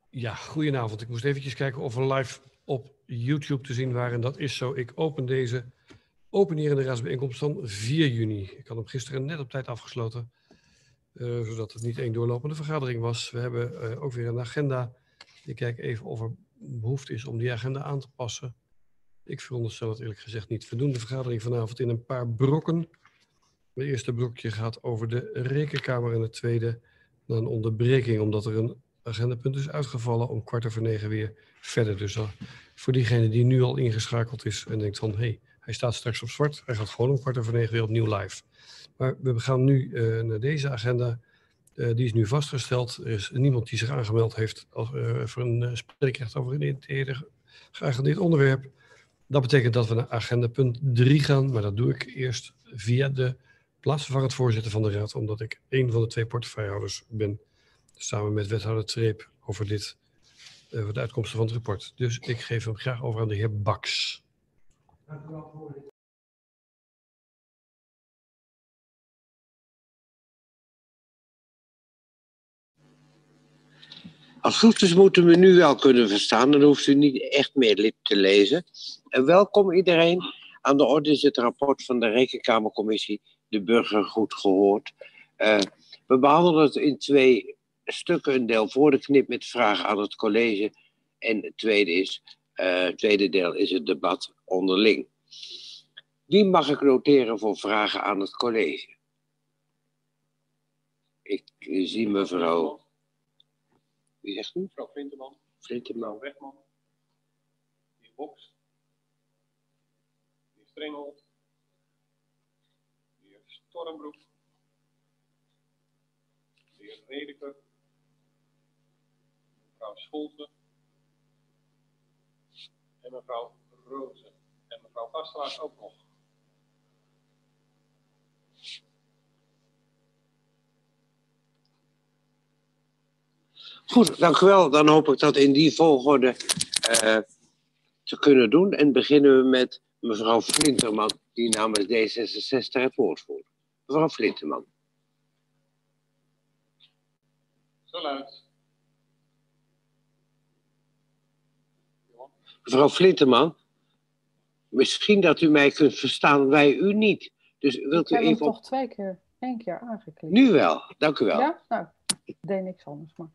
Ja, goedenavond. Ik moest eventjes kijken of we live op YouTube te zien waren. En dat is zo. Ik open deze openierende raadsbijeenkomst van 4 juni. Ik had hem gisteren net op tijd afgesloten, zodat het niet één doorlopende vergadering was. We hebben ook weer een agenda. Ik kijk even of er behoefte is om die agenda aan te passen. Ik veronderstel het eerlijk gezegd niet. We doen de vergadering vanavond in een paar brokken. Het eerste blokje gaat over de Rekenkamer en het tweede naar een onderbreking, omdat er een agendapunt is uitgevallen om 8:45 weer verder. Dus voor diegene die nu al ingeschakeld is en denkt van hij staat straks op zwart, hij gaat gewoon om 8:45 weer opnieuw live. Maar we gaan nu naar deze agenda. Die is nu vastgesteld. Er is niemand die zich aangemeld heeft voor een spreekrecht over een eerder geagendeerd onderwerp. Dat betekent dat we naar agenda punt 3 gaan, maar dat doe ik eerst via de plaatsvervangend voorzitter van de raad, omdat ik een van de 2 portefeuillehouders ben, samen met wethouder Treep, over de uitkomsten van het rapport. Dus ik geef hem graag over aan de heer Baks. Dank u wel, voorzitter. Als het goed is moeten we nu wel kunnen verstaan, dan hoeft u niet echt meer lip te lezen. En welkom iedereen. Aan de orde is het rapport van de Rekenkamercommissie, de burger goed gehoord. We behandelen het in 2 stukken, een deel voor de knip met vragen aan het college. En het tweede deel is het debat onderling. Wie mag ik noteren voor vragen aan het college? Ik zie mevrouw... Wie zegt u? Mevrouw Flinteman. Mevrouw Wegman. De heer Boks. De heer Strenghold. De heer Stormbroek. De heer Redeker. Mevrouw Scholten. En mevrouw Rozen. En mevrouw Kastelaar ook nog. Goed, dank u wel. Dan hoop ik dat in die volgorde te kunnen doen. En beginnen we met mevrouw Flinterman, die namens D66 het woord voert. Mevrouw Flinterman. Zo luid. Mevrouw Flinterman, misschien dat u mij kunt verstaan, wij u niet. Dus wilt u ik heb even hem toch 1 keer aangeklikt. Nu wel, dank u wel. Ja? Nou, ik deed niks anders. Maar...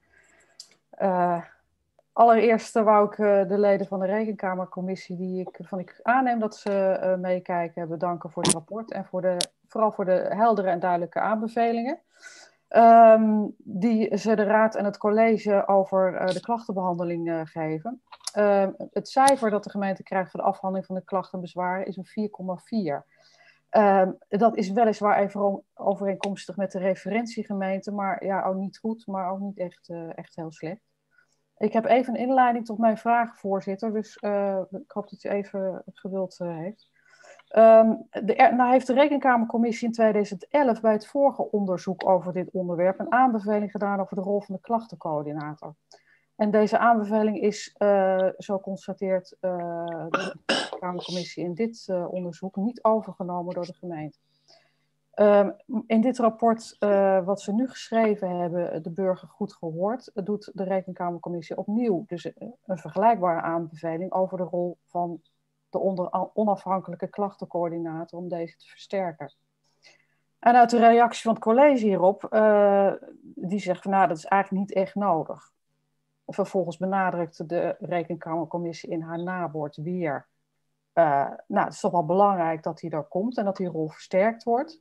allereerst wou ik de leden van de Rekenkamercommissie, waarvan ik aanneem dat ze meekijken, bedanken voor het rapport en vooral voor de heldere en duidelijke aanbevelingen. Die ze de raad en het college over de klachtenbehandeling geven. Het cijfer dat de gemeente krijgt voor de afhandeling van de klachten en bezwaren is een 4,4. Dat is weliswaar even overeenkomstig met de referentiegemeente, maar ja, ook niet goed, maar ook niet echt heel slecht. Ik heb even een inleiding tot mijn vraag, voorzitter, dus ik hoop dat u even geduld heeft. Nou heeft de Rekenkamercommissie in 2011 bij het vorige onderzoek over dit onderwerp een aanbeveling gedaan over de rol van de klachtencoördinator. En deze aanbeveling is, zo constateert de Kamercommissie in dit onderzoek, niet overgenomen door de gemeente. In dit rapport wat ze nu geschreven hebben, de burger goed gehoord, doet de Rekenkamercommissie opnieuw dus een vergelijkbare aanbeveling over de rol van de onafhankelijke klachtencoördinator om deze te versterken. En uit de reactie van het college hierop, die zegt van nou, dat is eigenlijk niet echt nodig. Vervolgens benadrukt de Rekenkamercommissie in haar nawoord weer, nou, het is toch wel belangrijk dat hij er komt en dat die rol versterkt wordt.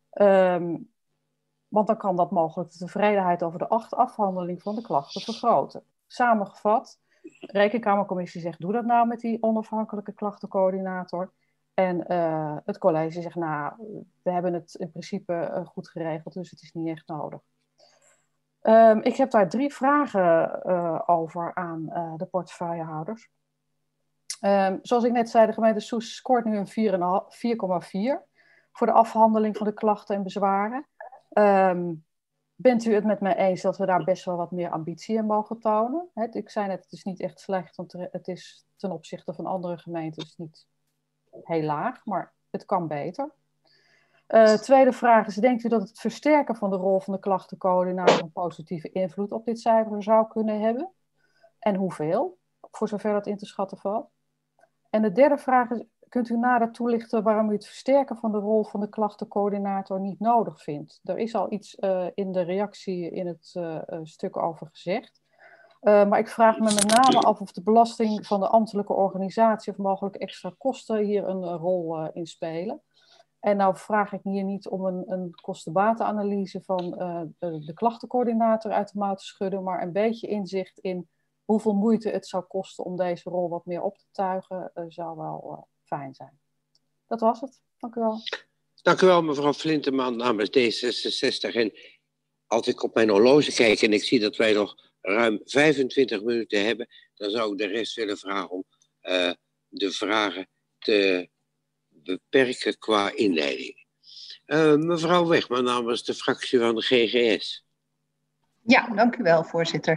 Want dan kan dat mogelijk de tevredenheid over de afhandeling van de klachten vergroten. Samengevat, de Rekenkamercommissie zegt, doe dat nou met die onafhankelijke klachtencoördinator. En het college zegt, nou, we hebben het in principe goed geregeld, dus het is niet echt nodig. Ik heb daar 3 vragen over aan de portefeuillehouders. Zoals ik net zei, de gemeente Soest scoort nu een 4,4 voor de afhandeling van de klachten en bezwaren. Bent u het met mij eens dat we daar best wel wat meer ambitie in mogen tonen? Ik zei net, het is niet echt slecht, want het is ten opzichte van andere gemeentes niet heel laag, maar het kan beter. Tweede vraag is, denkt u dat het versterken van de rol van de klachtencoördinator een positieve invloed op dit cijfer zou kunnen hebben? En hoeveel, voor zover dat in te schatten valt? En de derde vraag is, kunt u nader toelichten waarom u het versterken van de rol van de klachtencoördinator niet nodig vindt? Er is al iets in de reactie in het stuk over gezegd. Maar ik vraag me met name af of de belasting van de ambtelijke organisatie of mogelijk extra kosten hier een rol in spelen. En nou vraag ik hier niet om een kostenbatenanalyse van de klachtencoördinator uit de mouw te schudden, maar een beetje inzicht in hoeveel moeite het zou kosten om deze rol wat meer op te tuigen, zou wel fijn zijn. Dat was het. Dank u wel. Dank u wel, mevrouw Flinteman namens D66. En als ik op mijn horloge kijk en ik zie dat wij nog ruim 25 minuten hebben, dan zou ik de rest willen vragen om de vragen te beperken qua inleiding. Mevrouw Wegman namens de fractie van de GGS. Ja, dank u wel, voorzitter.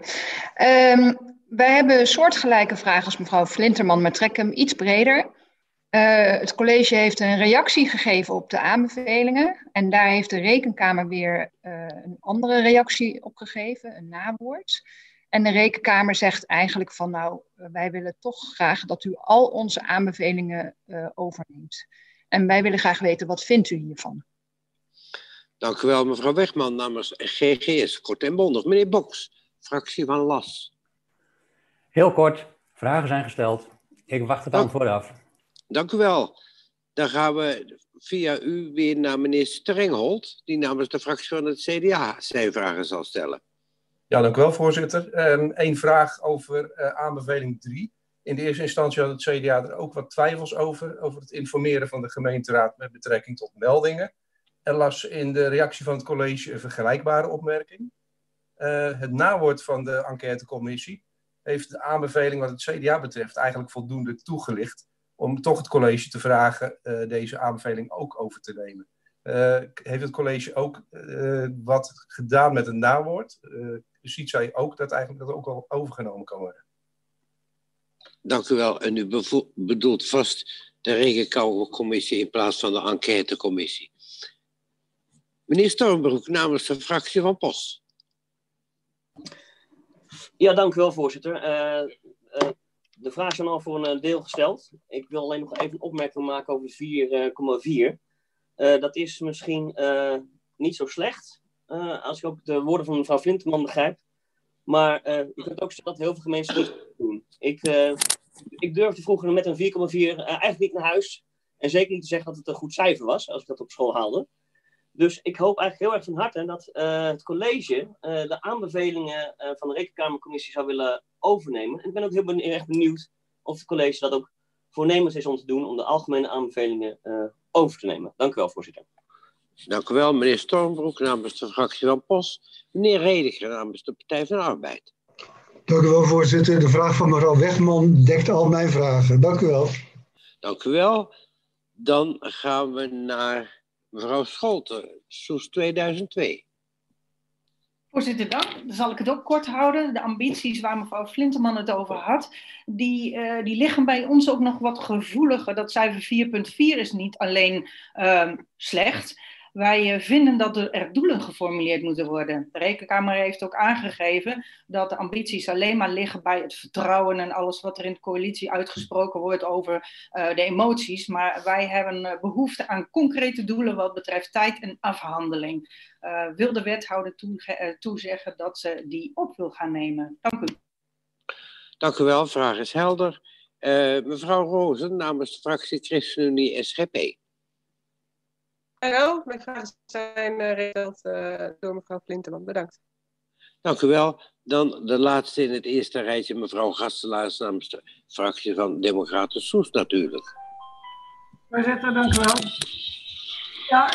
Wij hebben soortgelijke vragen als mevrouw Flinterman, maar trekken hem iets breder. Het college heeft een reactie gegeven op de aanbevelingen. En daar heeft de Rekenkamer weer een andere reactie op gegeven, een nawoord. En de Rekenkamer zegt eigenlijk van nou, wij willen toch graag dat u al onze aanbevelingen overneemt. En wij willen graag weten, wat vindt u hiervan? Dank u wel, mevrouw Wegman namens GGS. Kort en bondig. Meneer Boks, fractie van LAS. Heel kort, vragen zijn gesteld. Ik wacht het antwoord af. Dank u wel. Dan gaan we via u weer naar meneer Strenghold, die namens de fractie van het CDA zijn vragen zal stellen. Ja, dank u wel, voorzitter. Eén vraag over aanbeveling 3. In de eerste instantie had het CDA er ook wat twijfels over het informeren van de gemeenteraad met betrekking tot meldingen. Er las in de reactie van het college een vergelijkbare opmerking. Het nawoord van de enquêtecommissie heeft de aanbeveling wat het CDA betreft eigenlijk voldoende toegelicht om toch het college te vragen deze aanbeveling ook over te nemen. Heeft het college ook wat gedaan met het nawoord? Ziet zij ook dat eigenlijk dat ook al overgenomen kan worden? Dank u wel. En u bedoelt vast de Rekenkamercommissie in plaats van de enquêtecommissie. Meneer Stormbroek namens de fractie van POS. Ja, dank u wel, voorzitter. De vraag is dan al voor een deel gesteld. Ik wil alleen nog even een opmerking maken over 4,4. Dat is misschien niet zo slecht, als ik ook de woorden van mevrouw Flinteman begrijp. Maar je kunt ook zeggen dat heel veel gemeenten niet doen. Ik durfde vroeger met een 4,4 eigenlijk niet naar huis. En zeker niet te zeggen dat het een goed cijfer was, als ik dat op school haalde. Dus ik hoop eigenlijk heel erg van harte dat het college de aanbevelingen van de Rekenkamercommissie zou willen overnemen. En ik ben ook heel erg benieuwd of het college dat ook voornemens is om te doen om de algemene aanbevelingen over te nemen. Dank u wel, voorzitter. Dank u wel, meneer Stormbroek namens de fractie van POS. Meneer Rediger namens de Partij van de Arbeid. Dank u wel, voorzitter. De vraag van mevrouw Wegman dekt al mijn vragen. Dank u wel. Dank u wel. Dan gaan we naar mevrouw Scholten, Soes 2002. Voorzitter, dank. Dan zal ik het ook kort houden. De ambities waar mevrouw Flinteman het over had, die liggen bij ons ook nog wat gevoeliger. Dat cijfer 4,4 is niet alleen slecht. Wij vinden dat er doelen geformuleerd moeten worden. De Rekenkamer heeft ook aangegeven dat de ambities alleen maar liggen bij het vertrouwen en alles wat er in de coalitie uitgesproken wordt over de emoties. Maar wij hebben behoefte aan concrete doelen wat betreft tijd en afhandeling. Wil de wethouder toezeggen dat ze die op wil gaan nemen? Dank u. Dank u wel, vraag is helder. Mevrouw Rozen namens de fractie ChristenUnie SGP. Hallo, mijn vragen zijn gesteld door mevrouw Flinteman. Bedankt. Dank u wel. Dan de laatste in het eerste rijtje, mevrouw Gastelaars namens de fractie van Democraten Soes natuurlijk. Voorzitter, dank u wel. Ja,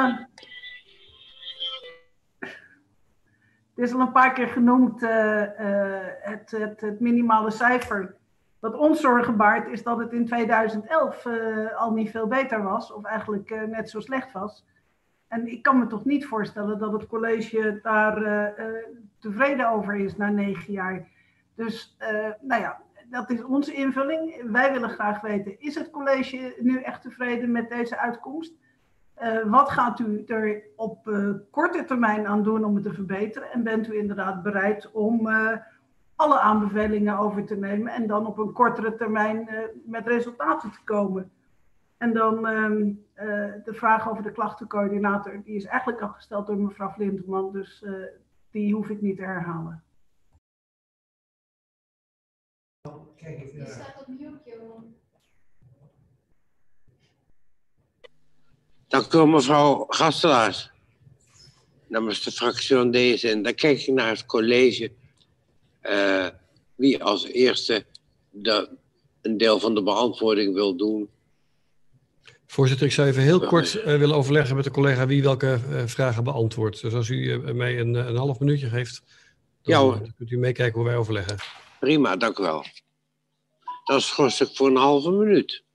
het is al een paar keer genoemd, het minimale cijfer. Wat ons zorgen baart is dat het in 2011 al niet veel beter was, of eigenlijk net zo slecht was. En ik kan me toch niet voorstellen dat het college daar tevreden over is na 9 jaar. Dus nou ja, dat is onze invulling. Wij willen graag weten, is het college nu echt tevreden met deze uitkomst? Wat gaat u er op korte termijn aan doen om het te verbeteren? En bent u inderdaad bereid om alle aanbevelingen over te nemen en dan op een kortere termijn met resultaten te komen. En dan de vraag over de klachtencoördinator, die is eigenlijk al gesteld door mevrouw Flinterman, dus die hoef ik niet te herhalen. Die staat op mute, Johan. Dank u wel, mevrouw Gastelaars. Namens de fractie van DSN. Dan kijk ik naar het college. Wie als eerste een deel van de beantwoording wil doen. Voorzitter, ik zou even heel kort willen overleggen met de collega wie welke vragen beantwoordt. Dus als u mij een half minuutje geeft, dan kunt u meekijken hoe wij overleggen. Prima, dank u wel. Dat is schors voor een halve minuut.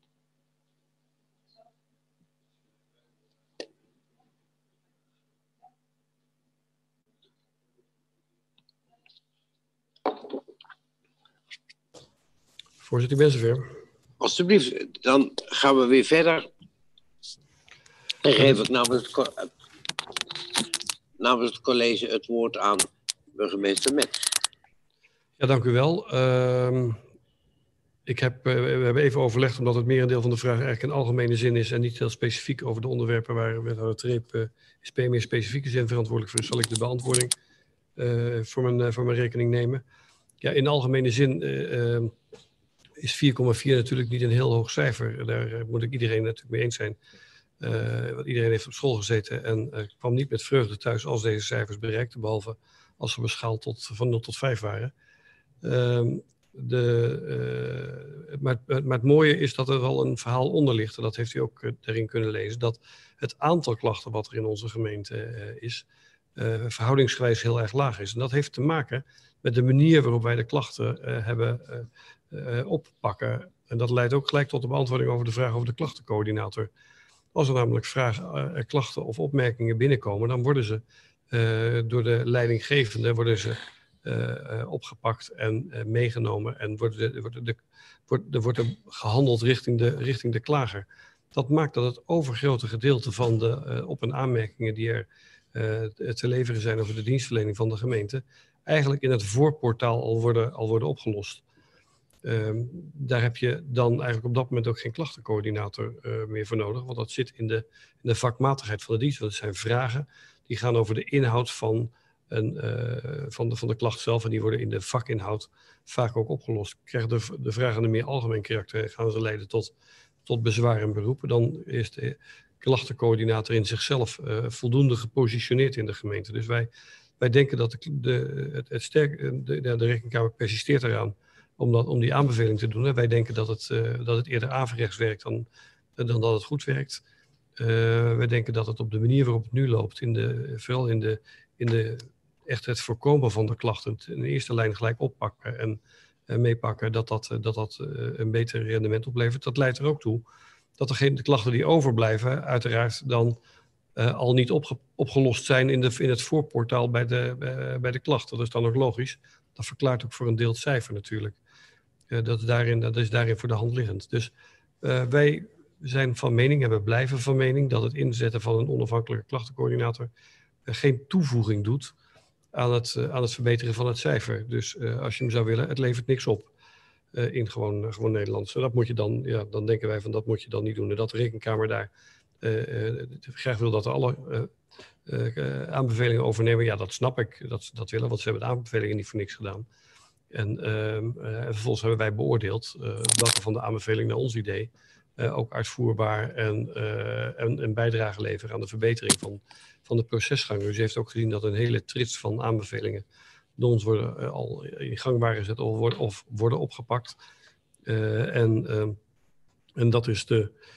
Voorzitter, ik ben zover. Alsjeblieft, dan gaan we weer verder. En geef ik namens het college het woord aan burgemeester Met. Ja, dank u wel. We hebben even overlegd, omdat het merendeel van de vragen eigenlijk in algemene zin is en niet heel specifiek over de onderwerpen waar wethouder Treep in meer specifieke zin verantwoordelijk voor is, zal ik de beantwoording voor mijn rekening nemen. Ja, in algemene zin is 4,4 natuurlijk niet een heel hoog cijfer. Daar moet ik iedereen natuurlijk mee eens zijn. Want iedereen heeft op school gezeten en kwam niet met vreugde thuis als deze cijfers bereikten, behalve als ze beschaald van 0 tot 5 waren. Maar het mooie is dat er wel een verhaal onder ligt, en dat heeft u ook daarin kunnen lezen, dat het aantal klachten wat er in onze gemeente is, verhoudingsgewijs heel erg laag is. En dat heeft te maken met de manier waarop wij de klachten hebben oppakken. En dat leidt ook gelijk tot de beantwoording over de vraag over de klachtencoördinator. Als er namelijk klachten of opmerkingen binnenkomen, dan worden ze door de leidinggevende opgepakt en meegenomen en wordt er gehandeld richting de klager. Dat maakt dat het overgrote gedeelte van de op- en aanmerkingen die er te leveren zijn over de dienstverlening van de gemeente, eigenlijk in het voorportaal al worden opgelost. Daar heb je dan eigenlijk op dat moment ook geen klachtencoördinator meer voor nodig, want dat zit in de vakmatigheid van de dienst. Dat zijn vragen die gaan over de inhoud van de klacht zelf en die worden in de vakinhoud vaak ook opgelost. Krijgen de vragen een meer algemeen karakter, gaan ze leiden tot bezwaar en beroepen, dan is de klachtencoördinator in zichzelf voldoende gepositioneerd in de gemeente. Dus wij denken dat de Rekenkamer persisteert eraan om die aanbeveling te doen. Hè. Wij denken dat het eerder averechts werkt dan dat het goed werkt. Wij denken dat het op de manier waarop het nu loopt, vooral in echt het voorkomen van de klachten, in de eerste lijn gelijk oppakken en meepakken, dat een beter rendement oplevert. Dat leidt er ook toe dat de klachten die overblijven uiteraard dan al niet opgelost zijn in het voorportaal bij de klachten. Dat is dan ook logisch. Dat verklaart ook voor een deel het cijfer natuurlijk. Dat is daarin voor de hand liggend. Dus wij zijn van mening en we blijven van mening dat het inzetten van een onafhankelijke klachtencoördinator geen toevoeging doet aan het verbeteren van het cijfer. Dus als je hem zou willen, het levert niks op in gewoon Nederlands. En dat moet je dan denken wij van dat moet je dan niet doen. En dat de Rekenkamer daar graag wil dat er alle aanbevelingen overnemen. Ja, dat snap ik. Dat willen, want ze hebben de aanbevelingen niet voor niks gedaan. En vervolgens hebben wij beoordeeld welke van de aanbevelingen naar ons idee ook uitvoerbaar en een bijdrage leveren aan de verbetering van de procesgang. Dus u heeft ook gezien dat een hele trits van aanbevelingen door ons worden al in gang waren gezet of worden opgepakt. En dat is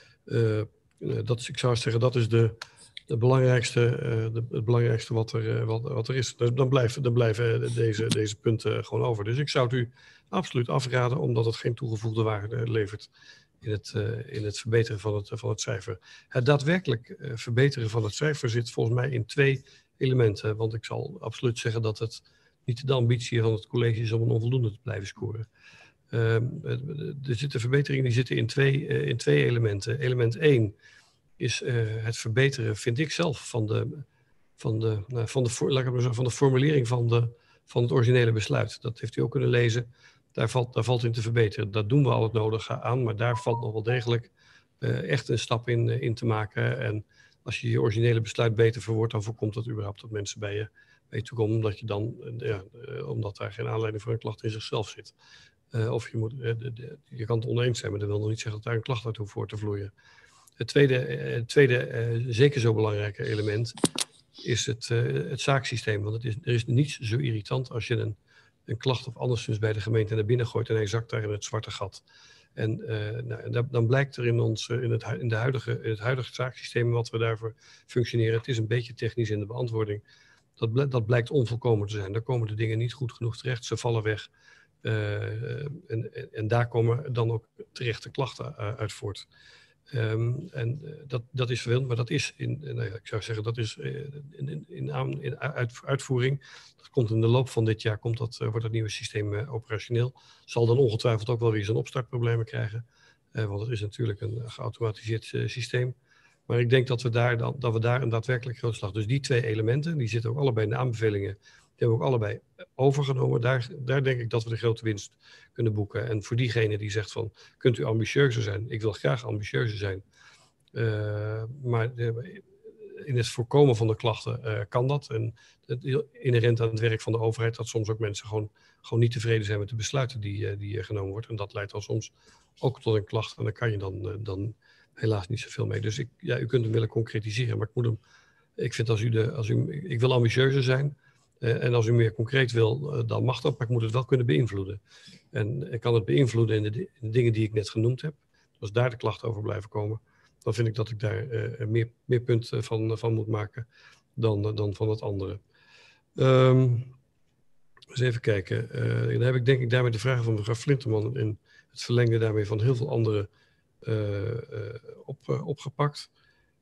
ik zou zeggen, dat is het belangrijkste wat er is. Dan blijven deze punten gewoon over. Dus ik zou het u absoluut afraden, omdat het geen toegevoegde waarde levert in het verbeteren van het cijfer. Het daadwerkelijk verbeteren van het cijfer zit volgens mij in 2 elementen. Want ik zal absoluut zeggen dat het niet de ambitie van het college is om een onvoldoende te blijven scoren. Er zitten verbeteringen die zitten in twee elementen. Element 1 is het verbeteren, vind ik zelf, van de formulering van het originele besluit. Dat heeft u ook kunnen lezen. Daar valt in te verbeteren. Dat doen we al het nodige aan, maar daar valt nog wel degelijk echt een stap in te maken. En als je je originele besluit beter verwoordt, dan voorkomt dat überhaupt dat mensen bij je toe komen, omdat je dan, omdat daar geen aanleiding voor een klacht in zichzelf zit. Of je kan het oneens zijn, maar dat wil nog niet zeggen dat daar een klacht uit hoeft voor te vloeien. Het tweede zeker zo belangrijke element is het zaaksysteem. Want er is niets zo irritant als je een klacht of anderszins bij de gemeente naar binnen gooit en hij zakt daar in het zwarte gat. En dan blijkt er in het huidige zaaksysteem wat we daarvoor functioneren, het is een beetje technisch in de beantwoording, dat blijkt onvolkomen te zijn. Daar komen de dingen niet goed genoeg terecht, ze vallen weg. En daar komen dan ook terechte klachten uit voort. Dat is vervelend, maar dat is ik zou zeggen, dat is in uitvoering. Dat komt in de loop van dit jaar, wordt het nieuwe systeem operationeel. Zal dan ongetwijfeld ook wel weer zijn opstartproblemen krijgen. Want het is natuurlijk een geautomatiseerd systeem. Maar ik denk dat we daar een daadwerkelijk groot slag. Dus die twee elementen, die zitten ook allebei in de aanbevelingen. Die hebben we ook allebei overgenomen. Daar denk ik dat we de grote winst kunnen boeken. En voor diegene die zegt van, kunt u ambitieuzer zijn? Ik wil graag ambitieuzer zijn. Maar in het voorkomen van de klachten kan dat. En het inherent aan het werk van de overheid, dat soms ook mensen gewoon niet tevreden zijn met de besluiten die genomen worden. En dat leidt dan soms ook tot een klacht. En daar kan je dan helaas niet zoveel mee. Dus u kunt hem willen concretiseren. Maar ik vind ik wil ambitieuzer zijn. En als u meer concreet wil, dan mag dat, maar ik moet het wel kunnen beïnvloeden. En ik kan het beïnvloeden in de dingen die ik net genoemd heb. Als daar de klachten over blijven komen, dan vind ik dat ik daar meer punt van moet maken dan van het andere. Eens even kijken. Dan heb ik denk ik daarmee de vragen van mevrouw Flinterman in het verlengde daarmee van heel veel andere opgepakt.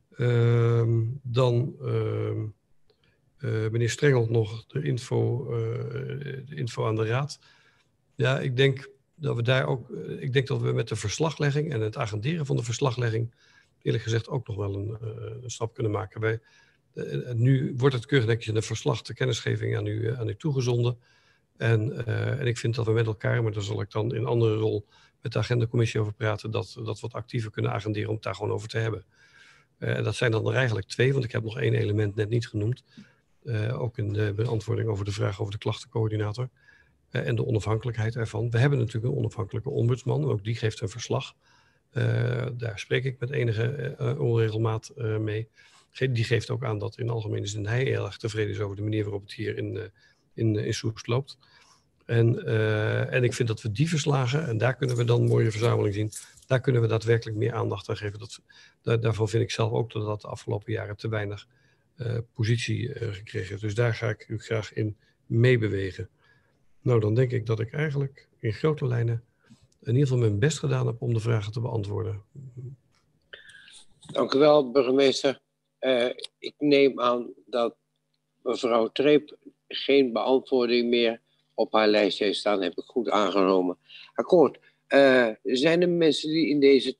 Meneer Strengelt nog de info aan de raad. Ja, ik denk dat we met de verslaglegging en het agenderen van de verslaglegging eerlijk gezegd ook nog wel een stap kunnen maken. Nu wordt het keurig netjes in een verslag de kennisgeving aan u toegezonden. En ik vind dat we met elkaar, maar daar zal ik dan in een andere rol met de agendacommissie over praten, dat wat actiever kunnen agenderen om het daar gewoon over te hebben. En dat zijn dan er eigenlijk twee, want ik heb nog één element net niet genoemd. Ook in de beantwoording over de vraag over de klachtencoördinator en de onafhankelijkheid ervan. We hebben natuurlijk een onafhankelijke ombudsman, ook die geeft een verslag. Daar spreek ik met enige onregelmaat mee. Die geeft ook aan dat in algemene zin hij heel erg tevreden is over de manier waarop het hier in Soest loopt. En ik vind dat we die verslagen, en daar kunnen we dan een mooie verzameling zien, daar kunnen we daadwerkelijk meer aandacht aan geven. Daarvan vind ik zelf ook dat de afgelopen jaren te weinig positie gekregen heeft. Dus daar ga ik u graag in meebewegen. Nou, dan denk ik dat ik eigenlijk in grote lijnen in ieder geval mijn best gedaan heb om de vragen te beantwoorden. Dank u wel, burgemeester. Ik neem aan dat mevrouw Treep geen beantwoording meer op haar lijst heeft staan. Heb ik goed aangenomen. Akkoord. Zijn er mensen die in deze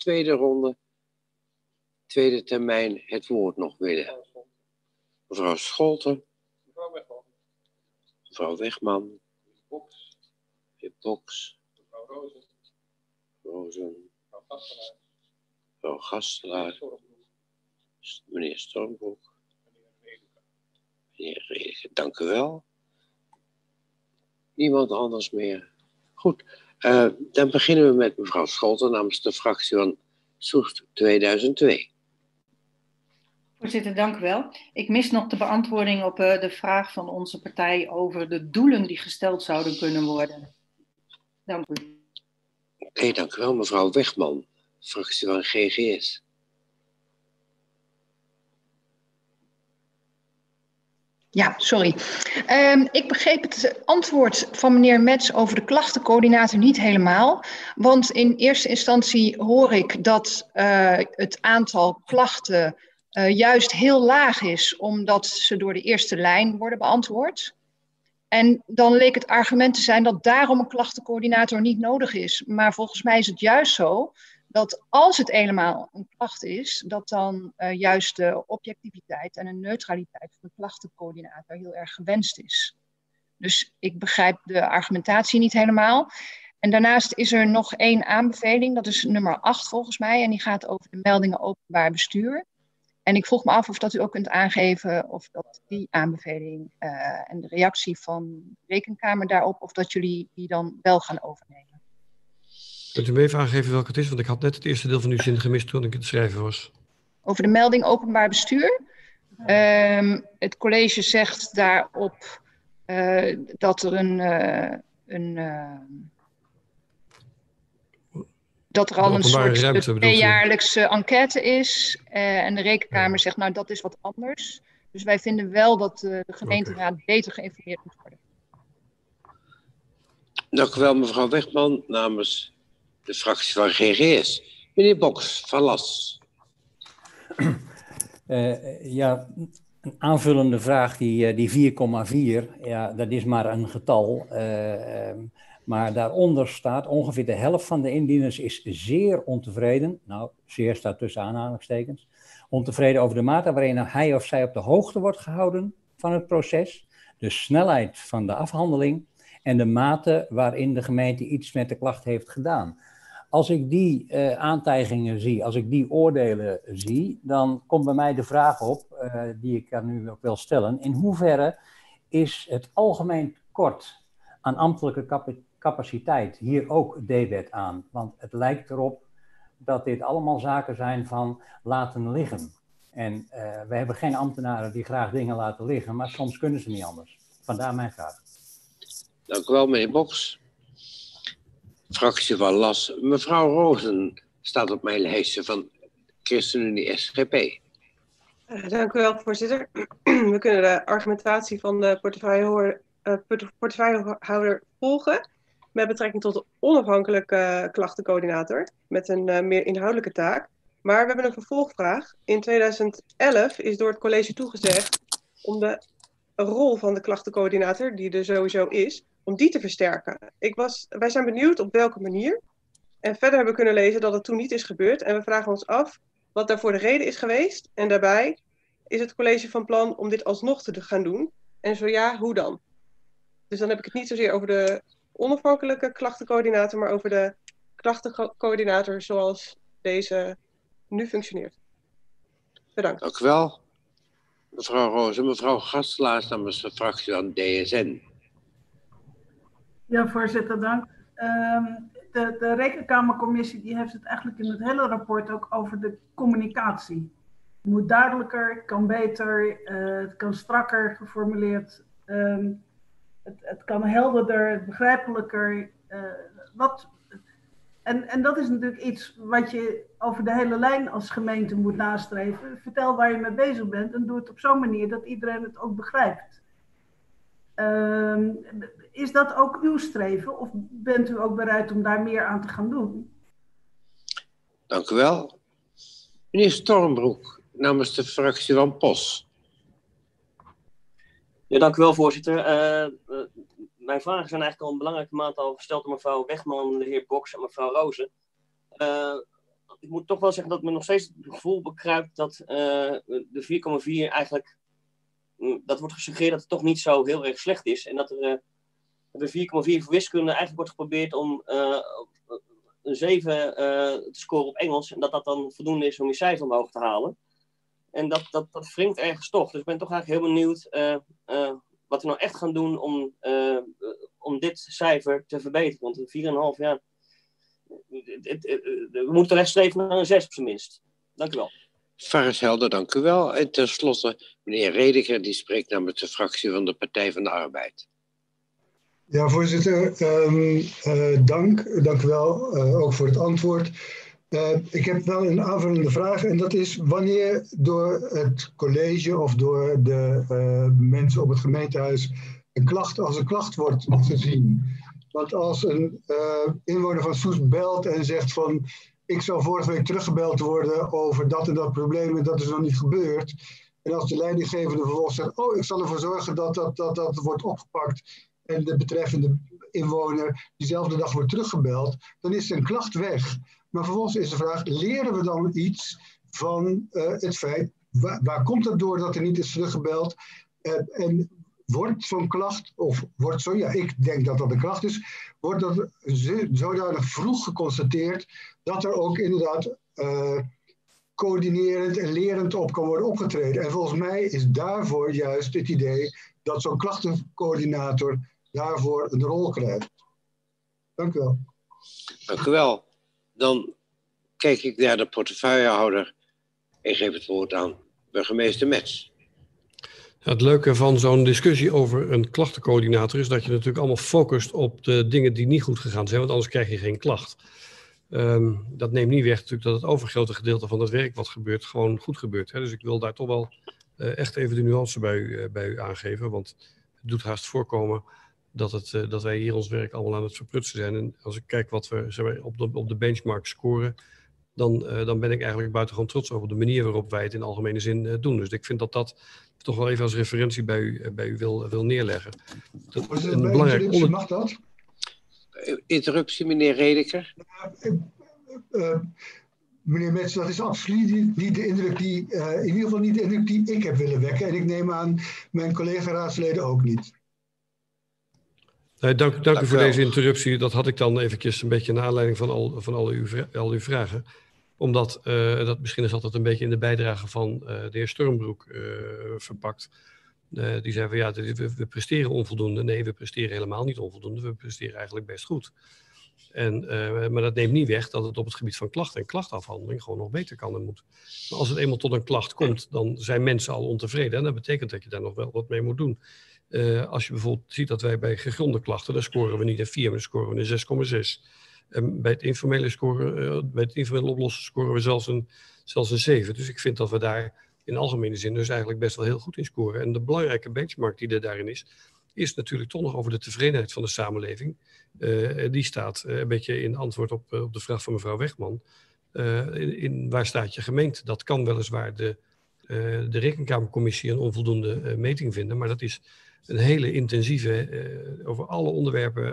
tweede termijn, het woord nog willen? Mevrouw Scholten. Mevrouw Wegman. Meneer Boks. Mevrouw Rozen. Mevrouw Gastelaar. Meneer Stormbroek. Meneer Redeke, dank u wel. Niemand anders meer. Goed, dan beginnen we met mevrouw Scholten namens de fractie van Soest 2002. Voorzitter, dank u wel. Ik mis nog de beantwoording op de vraag van onze partij over de doelen die gesteld zouden kunnen worden. Dank u. Oké, dank u wel, mevrouw Wegman, fractie van GGS. Ja, sorry. Ik begreep het antwoord van meneer Metz over de klachtencoördinator niet helemaal. Want in eerste instantie hoor ik dat het aantal klachten juist heel laag is, omdat ze door de eerste lijn worden beantwoord. En dan leek het argument te zijn dat daarom een klachtencoördinator niet nodig is. Maar volgens mij is het juist zo dat als het eenmaal een klacht is, dat dan juist de objectiviteit en de neutraliteit van de klachtencoördinator heel erg gewenst is. Dus ik begrijp de argumentatie niet helemaal. En daarnaast is er nog 1 aanbeveling, dat is nummer 8 volgens mij. En die gaat over de meldingen openbaar bestuur. En ik vroeg me af of dat u ook kunt aangeven of dat die aanbeveling en de reactie van de Rekenkamer daarop, of dat jullie die dan wel gaan overnemen. Kunt u me even aangeven welke het is? Want ik had net het eerste deel van uw zin gemist toen ik het schrijven was. Over de melding openbaar bestuur. Het college zegt daarop dat er dat er al een soort tweejaarlijkse enquête is. En de Rekenkamer zegt, nou dat is wat anders. Dus wij vinden wel dat de gemeenteraad beter geïnformeerd moet worden. Dank u wel, mevrouw Wegman, namens de fractie van GGS. Meneer Boks, van Las. Ja, een aanvullende vraag, die 4,4, ja, dat is maar een getal. Maar daaronder staat ongeveer de helft van de indieners is zeer ontevreden. Nou, zeer staat tussen aanhalingstekens. Ontevreden over de mate waarin hij of zij op de hoogte wordt gehouden van het proces. De snelheid van de afhandeling en de mate waarin de gemeente iets met de klacht heeft gedaan. Als ik die aantijgingen zie, als ik die oordelen zie, dan komt bij mij de vraag op, die ik aan u ook wil stellen. In hoeverre is het algemeen tekort aan ambtelijke capaciteit hier ook debet aan? Want het lijkt erop dat dit allemaal zaken zijn van laten liggen. En we hebben geen ambtenaren die graag dingen laten liggen, maar soms kunnen ze niet anders. Vandaar mijn vraag. Dank u wel, meneer Boks. Fractie van Las. Mevrouw Rozen staat op mijn lijstje van ChristenUnie SGP. Dank u wel, voorzitter. We kunnen de argumentatie van de portefeuillehouder volgen met betrekking tot de onafhankelijke klachtencoördinator met een meer inhoudelijke taak. Maar we hebben een vervolgvraag. In 2011 is door het college toegezegd om de rol van de klachtencoördinator, die er sowieso is, om die te versterken. Wij zijn benieuwd op welke manier. En verder hebben we kunnen lezen dat het toen niet is gebeurd. En we vragen ons af wat daarvoor de reden is geweest. En daarbij is het college van plan om dit alsnog te gaan doen. En zo ja, hoe dan? Dus dan heb ik het niet zozeer over de onafhankelijke klachtencoördinator, maar over de klachtencoördinator zoals deze nu functioneert. Bedankt. Dank u wel. Mevrouw Rozen, mevrouw Gastelaars namens de fractie van DSN. Ja, voorzitter, dank. De Rekenkamercommissie die heeft het eigenlijk in het hele rapport ook over de communicatie. Het moet duidelijker, het kan beter, het kan strakker geformuleerd. Het kan helderder, begrijpelijker. En dat is natuurlijk iets wat je over de hele lijn als gemeente moet nastreven. Vertel waar je mee bezig bent en doe het op zo'n manier dat iedereen het ook begrijpt. Is dat ook uw streven of bent u ook bereid om daar meer aan te gaan doen? Dank u wel. Meneer Stormbroek, namens de fractie van POS. Ja, dank u wel, voorzitter. Mijn vragen zijn eigenlijk al een belangrijke mate al gesteld door mevrouw Wegman, de heer Boks en mevrouw Rozen. Ik moet toch wel zeggen dat me nog steeds het gevoel bekruipt dat de 4,4 eigenlijk, dat wordt gesuggereerd dat het toch niet zo heel erg slecht is. En dat er de 4,4 voor wiskunde eigenlijk wordt geprobeerd om een 7 te scoren op Engels. En dat dan voldoende is om je cijfer omhoog te halen. En dat wringt ergens toch. Dus ik ben toch eigenlijk heel benieuwd wat we nou echt gaan doen om dit cijfer te verbeteren. Want een 4,5, ja, we moeten toch echt streven naar een 6 op zijn minst. Dank u wel. Helder, dank u wel. En tenslotte meneer Rediger, die spreekt namens de fractie van de Partij van de Arbeid. Ja, voorzitter, dank u wel, ook voor het antwoord. Ik heb wel een aanvullende vraag en dat is wanneer door het college of door de mensen op het gemeentehuis een klacht als een klacht wordt gezien. Want als een inwoner van Soest belt en zegt van ik zou vorige week teruggebeld worden over dat en dat probleem en dat is nog niet gebeurd. En als de leidinggevende vervolgens zegt ik zal ervoor zorgen dat wordt opgepakt en de betreffende inwoner diezelfde dag wordt teruggebeld, dan is zijn klacht weg. Maar vervolgens is de vraag, leren we dan iets van het feit, waar komt het door dat er niet is teruggebeld? En wordt zo'n klacht, of wordt zo, ja, ik denk dat dat een klacht is, wordt dat zodanig vroeg geconstateerd dat er ook inderdaad coördinerend en lerend op kan worden opgetreden. En volgens mij is daarvoor juist het idee dat zo'n klachtencoördinator daarvoor een rol krijgt. Dank u wel. Dank u wel. Dan kijk ik naar de portefeuillehouder en geef het woord aan burgemeester Metz. Het leuke van zo'n discussie over een klachtencoördinator is dat je natuurlijk allemaal focust op de dingen die niet goed gegaan zijn, want anders krijg je geen klacht. Dat neemt niet weg natuurlijk dat het overgrote gedeelte van het werk wat gebeurt gewoon goed gebeurt. Hè? Dus ik wil daar toch wel echt even de nuance bij u aangeven, want het doet haast voorkomen dat wij hier ons werk allemaal aan het verprutsen zijn. En als ik kijk wat we op de benchmark scoren, dan ben ik eigenlijk buitengewoon trots over de manier waarop wij het in algemene zin doen. Dus ik vind dat toch wel even als referentie bij u wil neerleggen. Mag dat? Interruptie, meneer Redeker. Meneer Metz, dat is absoluut niet de indruk die, in ieder geval niet de indruk die ik heb willen wekken. En ik neem aan mijn collega-raadsleden ook niet. Dank u voor deze interruptie. Dat had ik dan eventjes een beetje naar aanleiding van al uw vragen. Omdat, dat misschien is altijd een beetje in de bijdrage van de heer Sturmbroek verpakt. Die zei van ja, we presteren onvoldoende. Nee, we presteren helemaal niet onvoldoende. We presteren eigenlijk best goed. Maar dat neemt niet weg dat het op het gebied van klachten en klachtafhandeling gewoon nog beter kan en moet. Maar als het eenmaal tot een klacht komt, dan zijn mensen al ontevreden. En dat betekent dat je daar nog wel wat mee moet doen. Als je bijvoorbeeld ziet dat wij bij gegronde klachten, daar scoren we niet een 4, maar dan scoren we een 6,6. En bij het informele oplossen scoren we zelfs een 7. Dus ik vind dat we daar in algemene zin dus eigenlijk best wel heel goed in scoren. En de belangrijke benchmark die er daarin is natuurlijk toch nog over de tevredenheid van de samenleving. Die staat een beetje in antwoord op de vraag van mevrouw Wegman. Waar staat je gemeente? Dat kan weliswaar de Rekenkamercommissie een onvoldoende meting vinden, maar dat is een hele intensieve, over alle onderwerpen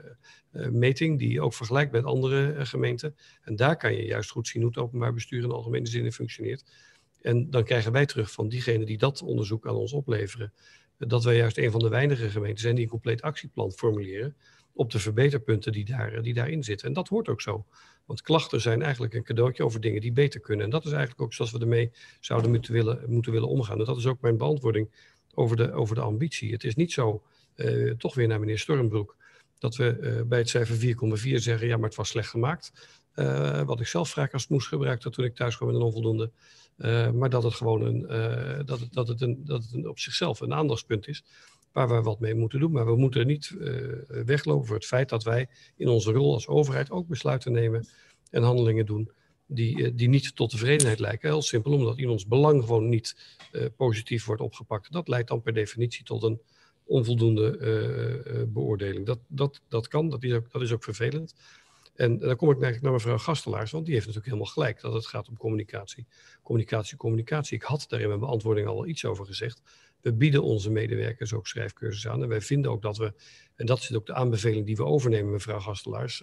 meting, die ook vergelijkt met andere gemeenten. En daar kan je juist goed zien hoe het openbaar bestuur in algemene zin functioneert. En dan krijgen wij terug van diegenen die dat onderzoek aan ons opleveren, dat wij juist een van de weinige gemeenten zijn die een compleet actieplan formuleren op de verbeterpunten die daarin zitten. En dat hoort ook zo. Want klachten zijn eigenlijk een cadeautje over dingen die beter kunnen. En dat is eigenlijk ook zoals we ermee zouden moeten willen omgaan. En dat is ook mijn beantwoording over de ambitie. Het is niet zo, toch weer naar meneer Sturmbroek, dat we bij het cijfer 4,4 zeggen, ja, maar het was slecht gemaakt. Wat ik zelf vaak als moest gebruikte toen ik thuis kwam met een onvoldoende. Maar dat het gewoon dat het op zichzelf een aandachtspunt is waar we wat mee moeten doen. Maar we moeten niet weglopen voor het feit dat wij in onze rol als overheid ook besluiten nemen en handelingen doen die niet tot tevredenheid lijken. Heel simpel, omdat in ons belang gewoon niet positief wordt opgepakt. Dat leidt dan per definitie tot een onvoldoende beoordeling. Dat kan, dat is ook vervelend. En dan kom ik eigenlijk naar mevrouw Gastelaars, want die heeft natuurlijk helemaal gelijk dat het gaat om communicatie. Communicatie. Ik had daar in mijn beantwoording al iets over gezegd. We bieden onze medewerkers ook schrijfcursussen aan. En wij vinden ook dat we, en dat is ook de aanbeveling die we overnemen, mevrouw Gastelaars.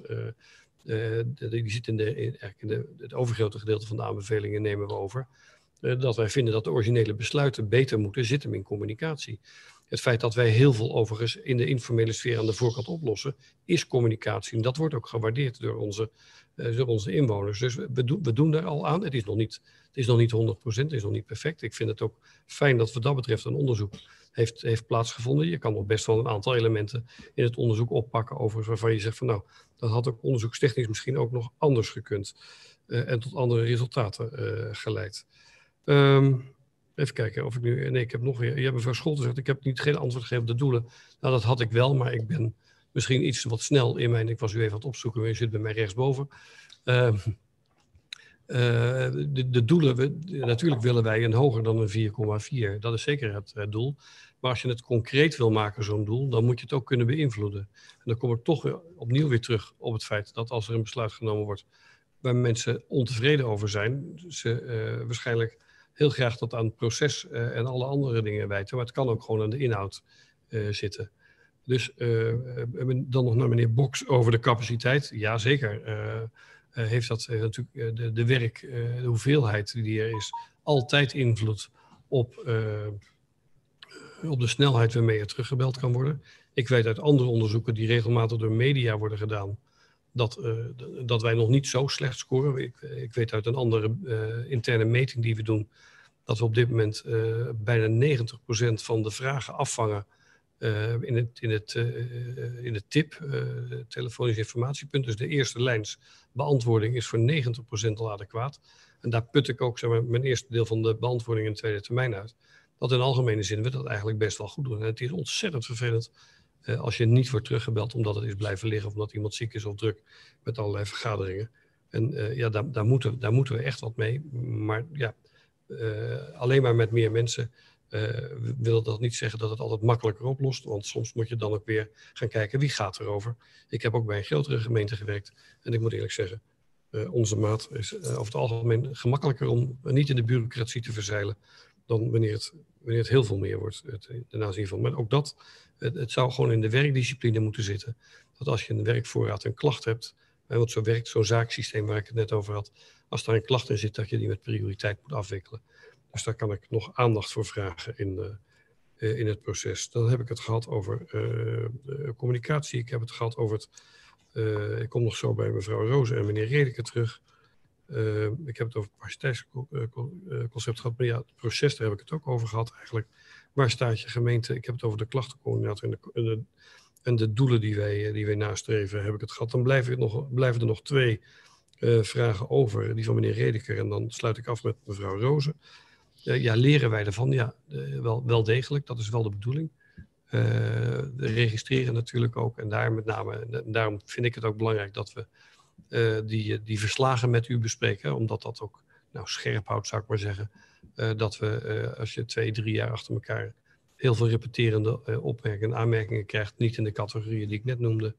Die zit in het overgrote gedeelte van de aanbevelingen nemen we over. Dat wij vinden dat de originele besluiten beter moeten zitten in communicatie. Het feit dat wij heel veel overigens in de informele sfeer aan de voorkant oplossen, is communicatie. En dat wordt ook gewaardeerd door onze inwoners. Dus we doen daar al aan. Het is nog niet 100%, het is nog niet perfect. Ik vind het ook fijn dat wat dat betreft een onderzoek heeft plaatsgevonden. Je kan nog best wel een aantal elementen in het onderzoek oppakken overigens waarvan je zegt van nou, dat had ook onderzoekstechnisch misschien ook nog anders gekund. En tot andere resultaten geleid. Even kijken of ik nu... Nee, ik heb nog weer... Je hebt mevrouw Scholten gezegd, ik heb geen antwoord gegeven op de doelen. Nou, dat had ik wel, maar ik ben misschien iets wat snel in mijn... Ik was u even aan het opzoeken, maar je zit bij mij rechtsboven. De doelen... Natuurlijk willen wij een hoger dan een 4,4. Dat is zeker het doel. Maar als je het concreet wil maken, zo'n doel, dan moet je het ook kunnen beïnvloeden. En dan kom ik toch opnieuw weer terug op het feit dat als er een besluit genomen wordt waar mensen ontevreden over zijn, ze waarschijnlijk heel graag tot aan het proces en alle andere dingen wijten. Maar het kan ook gewoon aan de inhoud zitten. Dus dan nog naar meneer Boks over de capaciteit. Ja, zeker. Heeft dat natuurlijk de hoeveelheid die er is, altijd invloed op op de snelheid waarmee er teruggebeld kan worden. Ik weet uit andere onderzoeken die regelmatig door media worden gedaan, dat wij nog niet zo slecht scoren. Ik weet uit een andere interne meting die we doen, dat we op dit moment bijna 90% van de vragen afvangen in het TIP, telefonisch informatiepunt. Dus de eerste lijns beantwoording is voor 90% al adequaat. En daar put ik ook, zeg maar, mijn eerste deel van de beantwoording in de tweede termijn uit. Dat in algemene zin we dat eigenlijk best wel goed doen. En het is ontzettend vervelend als je niet wordt teruggebeld omdat het is blijven liggen, of omdat iemand ziek is of druk met allerlei vergaderingen. En daar moeten we echt wat mee. Maar ja, alleen maar met meer mensen wil dat niet zeggen dat het altijd makkelijker oplost. Want soms moet je dan ook weer gaan kijken wie gaat erover. Ik heb ook bij een grotere gemeente gewerkt. En ik moet eerlijk zeggen, onze maat is over het algemeen gemakkelijker om niet in de bureaucratie te verzeilen dan wanneer het heel veel meer wordt ten aanzien van. Maar ook dat, het zou gewoon in de werkdiscipline moeten zitten. Dat als je een werkvoorraad een klacht hebt, want zo werkt zo'n zaaksysteem waar ik het net over had, als daar een klacht in zit, dat je die met prioriteit moet afwikkelen. Dus daar kan ik nog aandacht voor vragen in het proces. Dan heb ik het gehad over communicatie. Ik heb het gehad over ik kom nog zo bij mevrouw Rozen en meneer Redeke terug. Ik heb het over het capaciteitsconcept gehad. Maar ja, het proces, daar heb ik het ook over gehad eigenlijk. Waar staat je gemeente? Ik heb het over de klachtencoördinator en de doelen die wij nastreven, heb ik het gehad. Dan blijven er nog 2 vragen over. Die van meneer Redeker. En dan sluit ik af met mevrouw Rozen. Ja, leren wij ervan? Ja, wel degelijk. Dat is wel de bedoeling. We registreren natuurlijk ook. En daar met name, en daarom vind ik het ook belangrijk dat we die verslagen met u bespreken. Omdat dat ook scherp houdt, zou ik maar zeggen. Dat we, als je 2-3 jaar achter elkaar heel veel repeterende opmerkingen en aanmerkingen krijgt, niet in de categorieën die ik net noemde,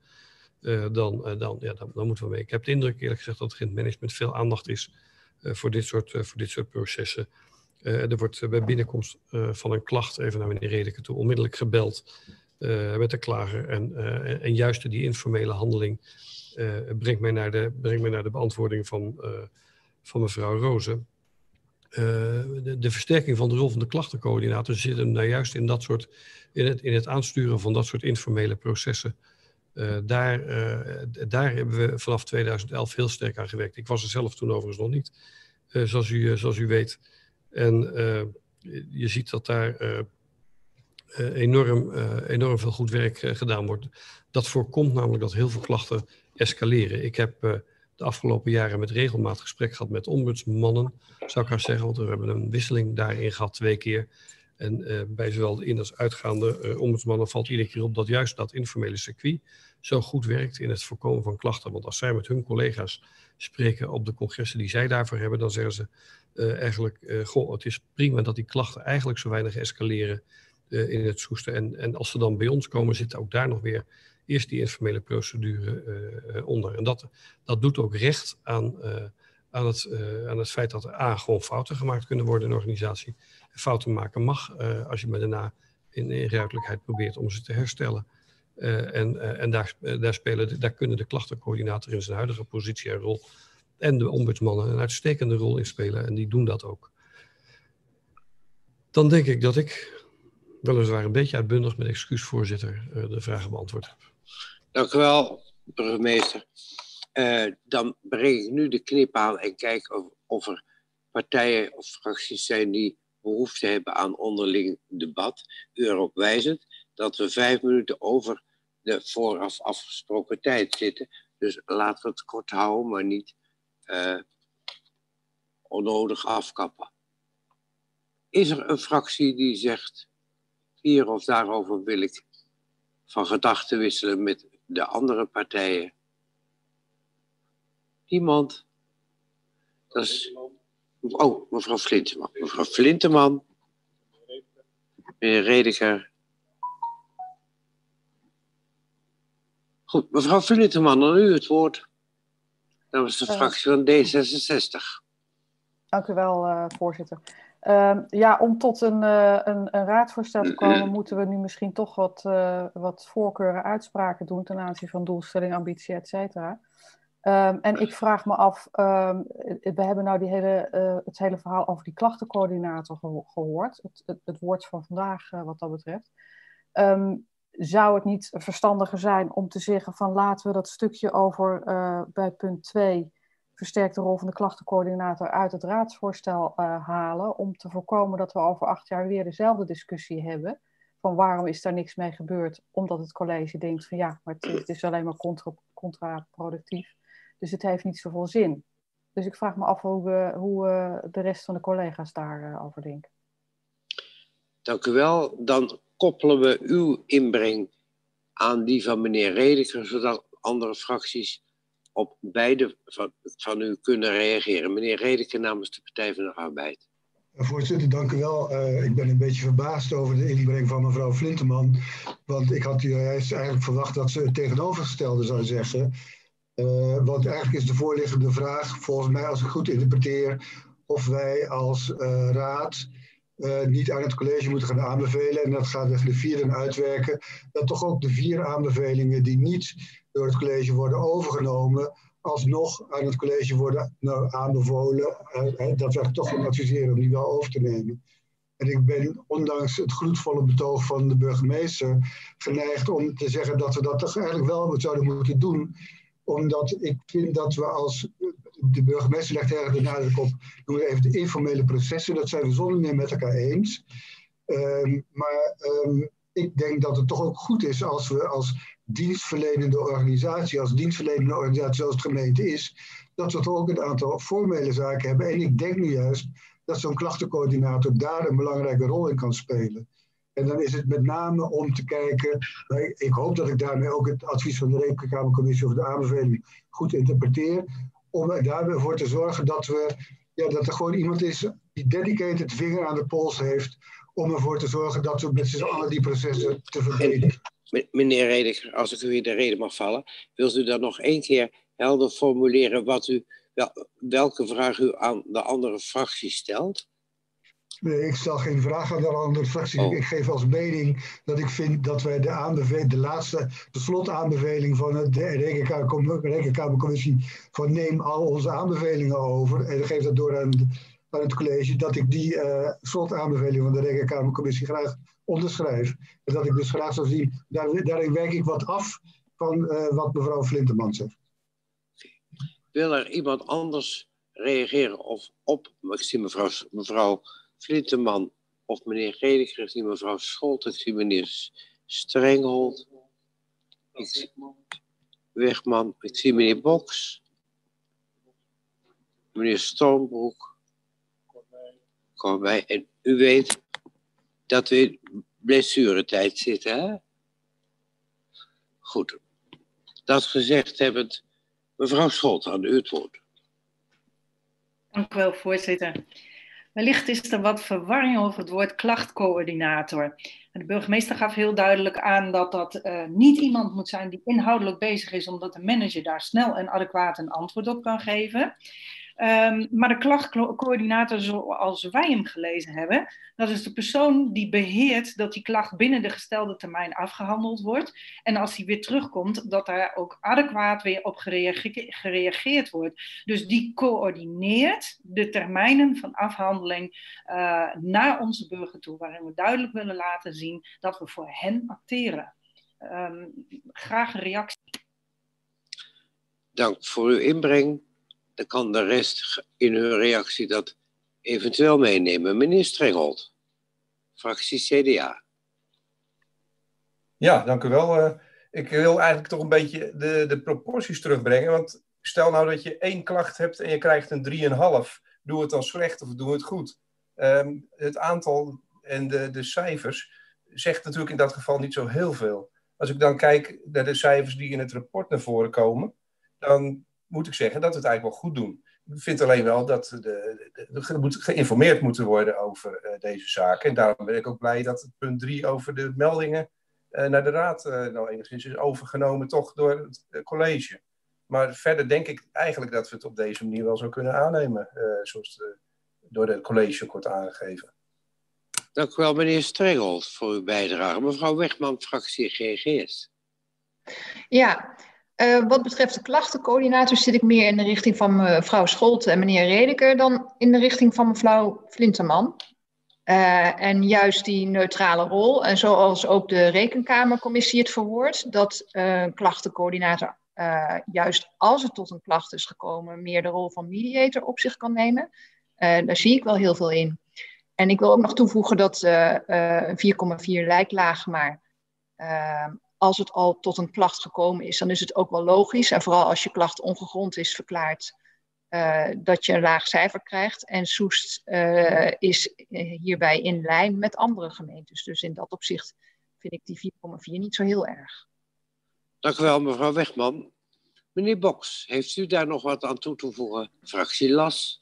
dan moeten we mee. Ik heb de indruk, eerlijk gezegd, dat er in het management veel aandacht is voor dit soort processen. Er wordt bij binnenkomst van een klacht, even naar meneer Redeke toe, onmiddellijk gebeld met de klager. En juist die informele handeling brengt mij naar de beantwoording van mevrouw Rozen. De versterking van de rol van de klachtencoördinator zit hem nou juist in in het aansturen van dat soort informele processen. Daar hebben we vanaf 2011 heel sterk aan gewerkt. Ik was er zelf toen overigens nog niet, zoals u weet. En je ziet dat daar enorm veel goed werk gedaan wordt. Dat voorkomt namelijk dat heel veel klachten escaleren. Ik heb de afgelopen jaren met regelmaat gesprek gehad met ombudsmannen, zou ik haar zeggen. Want we hebben een wisseling daarin gehad 2 keer. En bij zowel de in- als uitgaande ombudsmannen valt iedere keer op dat juist dat informele circuit zo goed werkt in het voorkomen van klachten. Want als zij met hun collega's spreken op de congressen die zij daarvoor hebben, dan zeggen ze eigenlijk, het is prima dat die klachten eigenlijk zo weinig escaleren in het soesten. En als ze dan bij ons komen, zit ook daar nog weer eerst die informele procedure onder. En dat doet ook recht aan het feit dat er gewoon fouten gemaakt kunnen worden in een organisatie. Fouten maken mag, als je maar daarna in ruidelijkheid probeert om ze te herstellen. En daar kunnen de klachtencoördinator in zijn huidige positie een rol en de ombudsmannen een uitstekende rol in spelen. En die doen dat ook. Dan denk ik dat ik weliswaar een beetje uitbundig met excuus, voorzitter, de vragen beantwoord heb. Dank u wel, burgemeester. Dan breng ik nu de knip aan en kijk of er partijen of fracties zijn die behoefte hebben aan onderling debat. U erop wijzend dat we 5 minuten over de vooraf afgesproken tijd zitten. Dus laten we het kort houden, maar niet onnodig afkappen. Is er een fractie die zegt, hier of daarover wil ik van gedachten wisselen met de andere partijen? Niemand? Dat is... Oh, mevrouw Flinteman. Mevrouw Flinteman. Meneer Redeker. Goed, mevrouw Flinteman, dan u het woord. Namens de fractie van D66. Dank u wel, voorzitter. Om tot een raadsvoorstel te komen, moeten we nu misschien toch wat voorkeuren, uitspraken doen ten aanzien van doelstelling, ambitie, et cetera. En ik vraag me af, we hebben nou het hele verhaal over die klachtencoördinator gehoord. Het woord van vandaag wat dat betreft. Zou het niet verstandiger zijn om te zeggen van laten we dat stukje over bij punt 2... versterkte rol van de klachtencoördinator uit het raadsvoorstel halen, om te voorkomen dat we over 8 jaar weer dezelfde discussie hebben, van waarom is daar niks mee gebeurd, omdat het college denkt van ja, maar het is alleen maar contraproductief, dus het heeft niet zoveel zin. Dus ik vraag me af hoe de rest van de collega's daarover denken. Dank u wel. Dan koppelen we uw inbreng aan die van meneer Redeker, zodat andere fracties op beide van u kunnen reageren. Meneer Redeker namens de Partij van de Arbeid. Voorzitter, dank u wel. Ik ben een beetje verbaasd over de inbreng van mevrouw Flinteman. Want ik had juist eigenlijk verwacht dat ze het tegenovergestelde zou zeggen. Want eigenlijk is de voorliggende vraag, volgens mij als ik goed interpreteer, of wij als raad niet aan het college moeten gaan aanbevelen. En dat gaat de 4 dan uitwerken. Dat toch ook de 4 aanbevelingen die niet door het college worden overgenomen, alsnog aan het college worden aanbevolen. Dat wij toch gaan adviseren om die wel over te nemen. En ik ben, ondanks het gloedvolle betoog van de burgemeester, geneigd om te zeggen dat we dat toch eigenlijk wel zouden moeten doen. Omdat ik vind dat we als... De burgemeester legt erg de nadruk op, noemen we even de informele processen. Dat zijn we zonder meer met elkaar eens. Maar ik denk dat het toch ook goed is als we als dienstverlenende organisatie, zoals het gemeente is, dat we toch ook een aantal formele zaken hebben. En ik denk nu juist dat zo'n klachtencoördinator daar een belangrijke rol in kan spelen. En dan is het met name om te kijken, ik hoop dat ik daarmee ook het advies van de Rekenkamercommissie over de aanbeveling goed interpreteer, om er daarbij voor te zorgen dat er gewoon iemand is die dedicated vinger aan de pols heeft, om ervoor te zorgen dat we met z'n allen die processen te verbeteren. Meneer Redeker, als ik u in de reden mag vallen, wilt u dan nog 1 keer helder formuleren welke vraag u aan de andere fractie stelt? Nee, ik stel geen vraag aan de andere fracties. Ik geef als mening dat ik vind dat wij de slotaanbeveling van de Rekenkamercommissie van neem al onze aanbevelingen over en geef dat door aan het college, dat ik die slotaanbeveling van de Rekenkamercommissie graag onderschrijf. En dat ik dus graag zou zien, daarin werk ik wat af van wat mevrouw Flinteman zegt. Wil er iemand anders reageren op ik zie mevrouw Flinteman of meneer Redeker, ik zie mevrouw Scholten, ik zie meneer Strenghold, ik zie Wegman, ik zie meneer Boks, meneer Stormbroek, Corbij. En u weet dat we in blessuretijd zitten, hè? Goed. Dat gezegd hebbend, mevrouw Scholten, aan u het woord. Dank u wel, voorzitter. Wellicht is er wat verwarring over het woord klachtcoördinator. De burgemeester gaf heel duidelijk aan dat dat niet iemand moet zijn die inhoudelijk bezig is, omdat de manager daar snel en adequaat een antwoord op kan geven. Maar de klachtcoördinator zoals wij hem gelezen hebben, dat is de persoon die beheert dat die klacht binnen de gestelde termijn afgehandeld wordt. En als die weer terugkomt, dat daar ook adequaat weer op gereageerd wordt. Dus die coördineert de termijnen van afhandeling naar onze burger toe, waarin we duidelijk willen laten zien dat we voor hen acteren. Graag een reactie. Dank voor uw inbreng. Dan kan de rest in hun reactie dat eventueel meenemen. Meneer Strenghold, fractie CDA. Ja, dank u wel. Ik wil eigenlijk toch een beetje de proporties terugbrengen. Want stel nou dat je 1 klacht hebt en je krijgt een 3,5. Doe het dan slecht of doe het goed? Het aantal en de cijfers zegt natuurlijk in dat geval niet zo heel veel. Als ik dan kijk naar de cijfers die in het rapport naar voren komen, dan moet ik zeggen dat we het eigenlijk wel goed doen. Ik vind alleen wel dat er moet geïnformeerd moeten worden over deze zaken. En daarom ben ik ook blij dat het punt 3 over de meldingen naar de raad nou enigszins is overgenomen toch door het college. Maar verder denk ik eigenlijk dat we het op deze manier wel zo kunnen aannemen, zoals door het college ook wordt aangegeven. Dank u wel, meneer Strenghold, voor uw bijdrage. Mevrouw Wegman, fractie GGS. Ja, Wat betreft de klachtencoördinator zit ik meer in de richting van mevrouw Scholten en meneer Redeker dan in de richting van mevrouw Flinterman. En juist die neutrale rol, en zoals ook de Rekenkamercommissie het verwoordt, dat klachtencoördinator juist als het tot een klacht is gekomen, meer de rol van mediator op zich kan nemen. Daar zie ik wel heel veel in. En ik wil ook nog toevoegen dat 4,4 lijkt laag, maar als het al tot een klacht gekomen is, dan is het ook wel logisch. En vooral als je klacht ongegrond is verklaard, dat je een laag cijfer krijgt. En Soest is hierbij in lijn met andere gemeentes. Dus in dat opzicht vind ik die 4,4 niet zo heel erg. Dank u wel, mevrouw Wegman. Meneer Boks, heeft u daar nog wat aan toe te voegen? Fractie LAS.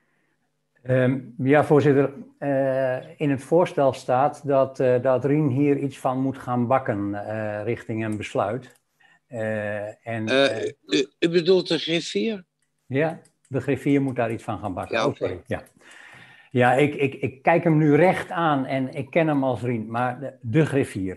Ja, voorzitter. In het voorstel staat dat Rien hier iets van moet gaan bakken richting een besluit. U bedoelt de griffier? Ja, de griffier moet daar iets van gaan bakken. Ja, oké. Ja, ik kijk hem nu recht aan en ik ken hem als Rien, maar de griffier.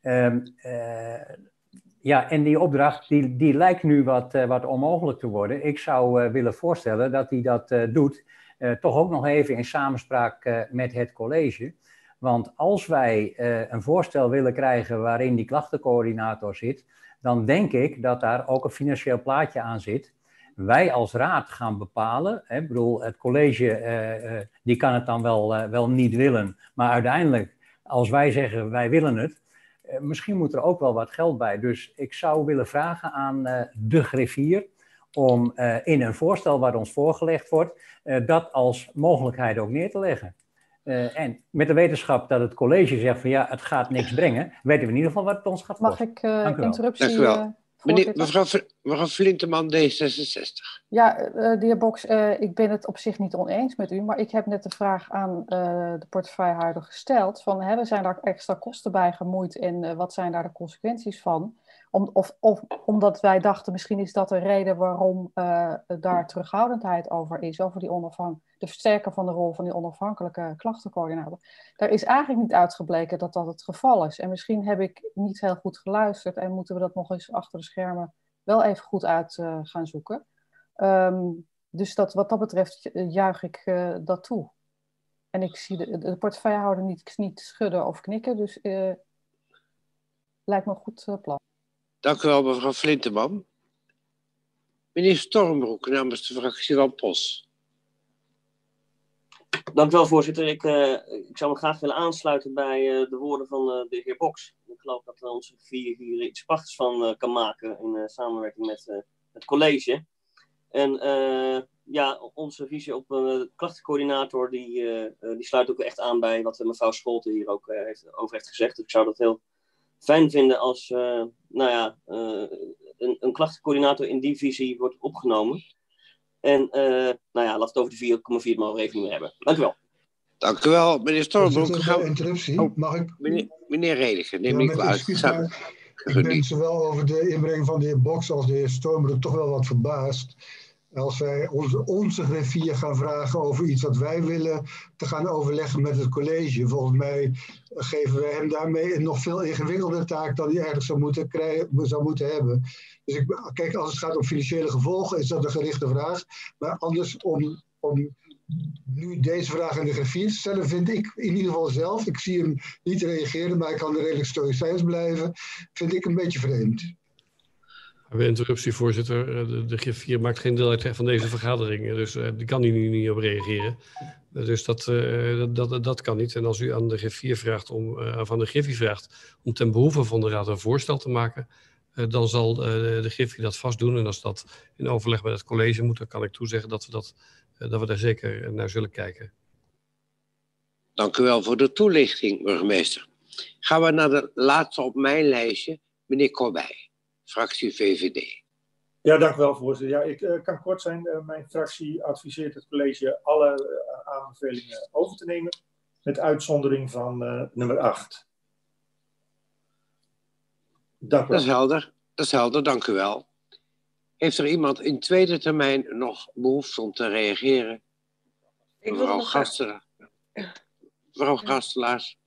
Ja, en die opdracht die lijkt nu wat onmogelijk te worden. Ik zou willen voorstellen dat hij dat doet. Toch ook nog even in samenspraak met het college. Want als wij een voorstel willen krijgen waarin die klachtencoördinator zit, dan denk ik dat daar ook een financieel plaatje aan zit. Wij als raad gaan bepalen. Ik bedoel, het college die kan het dan wel niet willen. Maar uiteindelijk, als wij zeggen wij willen het, misschien moet er ook wel wat geld bij. Dus ik zou willen vragen aan de griffier om in een voorstel wat ons voorgelegd wordt, dat als mogelijkheid ook neer te leggen. En met de wetenschap dat het college zegt van ja, het gaat niks brengen, weten we in ieder geval wat het ons gaat kosten. Mag ik interruptie? Dank u wel. Mevrouw Flinterman, D66. Ja, de heer Boks, ik ben het op zich niet oneens met u, maar ik heb net de vraag aan de portefeuillehouder gesteld van, we zijn daar extra kosten bij gemoeid en wat zijn daar de consequenties van? Omdat wij dachten, misschien is dat een reden waarom daar terughoudendheid over is, over de versterken van de rol van die onafhankelijke klachtencoördinator. Daar is eigenlijk niet uitgebleken dat dat het geval is. En misschien heb ik niet heel goed geluisterd en moeten we dat nog eens achter de schermen wel even goed uit gaan zoeken. Dus wat dat betreft juich ik dat toe. En ik zie de portefeuillehouder niet schudden of knikken, dus lijkt me een goed plan. Dank u wel, mevrouw Flinterman. Meneer Stormbroek, namens de fractie van POS. Dank u wel, voorzitter. Ik zou me graag willen aansluiten bij de woorden van de heer Boks. Ik geloof dat onze griffier hier iets prachtigs van kan maken in samenwerking met het college. En ja, onze visie op klachtencoördinator, die sluit ook echt aan bij wat mevrouw Scholten hier ook over heeft gezegd. Dus ik zou dat heel fijn vinden als een klachtencoördinator in die visie wordt opgenomen. En laten we het over de 4,4 maar even niet meer hebben. Dank u wel. Dank u wel, meneer Stormbroek. Interruptie, mag ik? Meneer Redeker, neem ik wel uit. Ik ben zowel over de inbreng van de heer Boks als de heer Stormbroek toch wel wat verbaasd. Als wij onze griffier gaan vragen over iets wat wij willen te gaan overleggen met het college. Volgens mij geven wij hem daarmee een nog veel ingewikkelder taak dan hij eigenlijk zou moeten hebben. Dus kijk, als het gaat om financiële gevolgen is dat een gerichte vraag. Maar anders om nu deze vraag aan de griffier te stellen, vind ik in ieder geval zelf, ik zie hem niet reageren, maar ik kan redelijk stoïcijns blijven, vind ik een beetje vreemd. Interruptie, voorzitter. De griffier maakt geen deel uit van deze vergadering, dus die kan hier nu niet op reageren. Dus dat kan niet. En als u aan de griffier vraagt van de griffie vraagt om ten behoeve van de raad een voorstel te maken, dan zal de griffie dat vast doen. En als dat in overleg met het college moet, dan kan ik toezeggen dat we daar zeker naar zullen kijken. Dank u wel voor de toelichting, burgemeester. Gaan we naar de laatste op mijn lijstje, meneer Corbij. Fractie VVD. Ja, dank u wel, voorzitter. Ja, ik kan kort zijn. Mijn fractie adviseert het college alle aanbevelingen over te nemen, met uitzondering van nummer 8. Dank u wel. Dat is helder, dank u wel. Heeft er iemand in tweede termijn nog behoefte om te reageren? Mevrouw Gastelaars.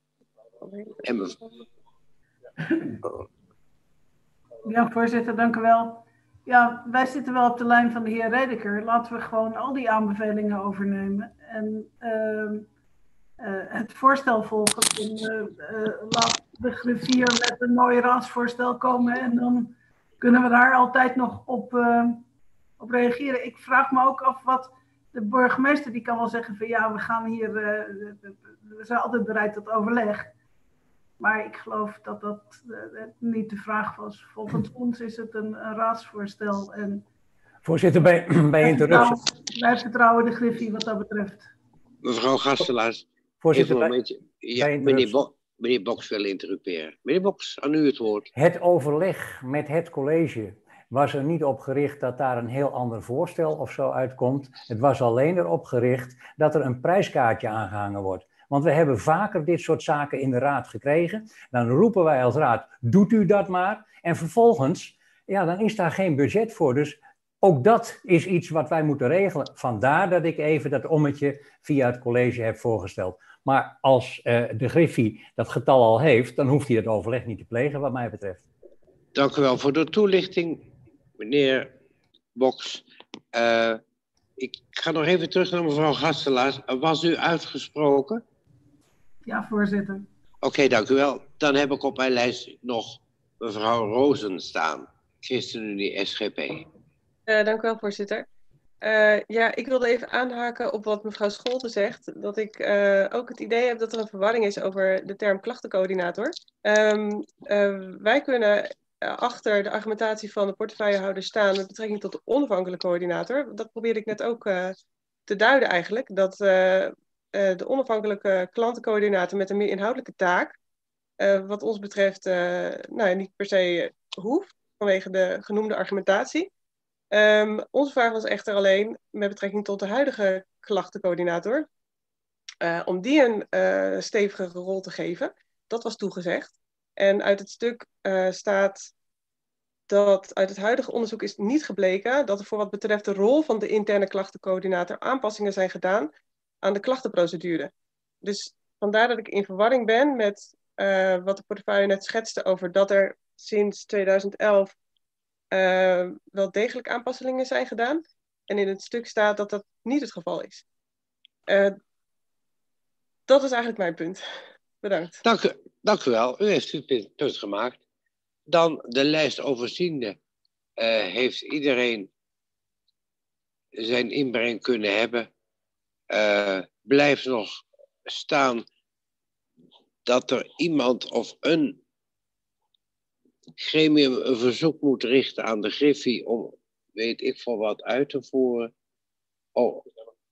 En Ja, voorzitter, dank u wel. Ja, wij zitten wel op de lijn van de heer Redeker. Laten we gewoon al die aanbevelingen overnemen. En het voorstel volgen. Laat de griffier met een mooi raadsvoorstel komen. En dan kunnen we daar altijd nog op reageren. Ik vraag me ook af wat de burgemeester, die kan wel zeggen van ja, we gaan hier, we zijn altijd bereid tot overleg. Maar ik geloof dat dat niet de vraag was. Volgens ons is het een raadsvoorstel. En Voorzitter, bij interruptie. Wij vertrouwen de griffie wat dat betreft. Mevrouw Gastelaars, Voorzitter, even een momentje. Ja, meneer Boks wil interruperen. Meneer Boks, aan u het woord. Het overleg met het college was er niet op gericht dat daar een heel ander voorstel of zo uitkomt. Het was alleen erop gericht dat er een prijskaartje aangehangen wordt. Want we hebben vaker dit soort zaken in de raad gekregen. Dan roepen wij als raad, doet u dat maar. En vervolgens, ja, dan is daar geen budget voor. Dus ook dat is iets wat wij moeten regelen. Vandaar dat ik even dat ommetje via het college heb voorgesteld. Maar als de griffie dat getal al heeft, dan hoeft hij dat overleg niet te plegen wat mij betreft. Dank u wel voor de toelichting, meneer Boks. Ik ga nog even terug naar mevrouw Gastelaars. Was u uitgesproken? Ja, voorzitter. Oké, dank u wel. Dan heb ik op mijn lijst nog mevrouw Rozen staan. ChristenUnie SGP. Dank u wel, voorzitter. Ja, ik wilde even aanhaken op wat mevrouw Scholten zegt. Dat ik ook het idee heb dat er een verwarring is over de term klachtencoördinator. Wij kunnen achter de argumentatie van de portefeuillehouder staan met betrekking tot de onafhankelijke coördinator. Dat probeerde ik net ook te duiden eigenlijk. Dat de onafhankelijke klantencoördinator met een meer inhoudelijke taak, wat ons betreft, niet per se hoeft vanwege de genoemde argumentatie. Onze vraag was echter alleen met betrekking tot de huidige klachtencoördinator, om die een stevigere rol te geven. Dat was toegezegd. En uit het stuk staat dat uit het huidige onderzoek is niet gebleken dat er voor wat betreft de rol van de interne klachtencoördinator aanpassingen zijn gedaan aan de klachtenprocedure. Dus vandaar dat ik in verwarring ben met wat de portefeuille net schetste over dat er sinds 2011 wel degelijk aanpassingen zijn gedaan. En in het stuk staat dat dat niet het geval is. Dat is eigenlijk mijn punt. Bedankt. Dank u wel. U heeft uw punt gemaakt. Dan de lijst overziende. Heeft iedereen zijn inbreng kunnen hebben? Blijft nog staan dat er iemand of een gremium een verzoek moet richten aan de griffie om weet ik voor wat uit te voeren. Oh.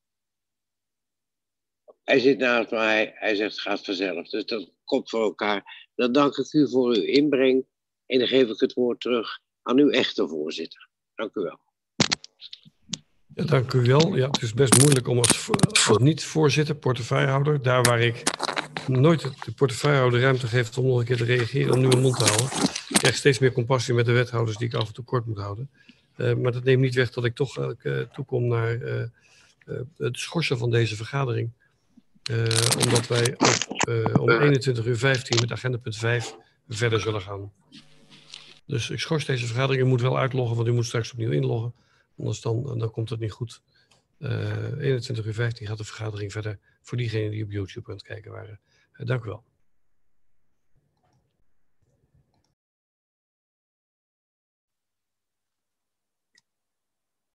Hij zit naast mij, hij zegt het gaat vanzelf. Dus dat komt voor elkaar. Dan dank ik u voor uw inbreng. En dan geef ik het woord terug aan uw echte voorzitter. Dank u wel. Ja, dank u wel. Ja, het is best moeilijk om als niet-voorzitter, portefeuillehouder, daar waar ik nooit de portefeuillehouder ruimte geeft om nog een keer te reageren, om nu mijn mond te houden. Ik krijg steeds meer compassie met de wethouders die ik af en toe kort moet houden. Maar dat neemt niet weg dat ik toch toekom naar het schorsen van deze vergadering. Omdat wij om 21:15 met agenda punt 5 verder zullen gaan. Dus ik schors deze vergadering. U moet wel uitloggen, want u moet straks opnieuw inloggen. Anders dan komt het niet goed. 21:15 gaat de vergadering verder voor diegenen die op YouTube aan het kijken waren. Dank u wel.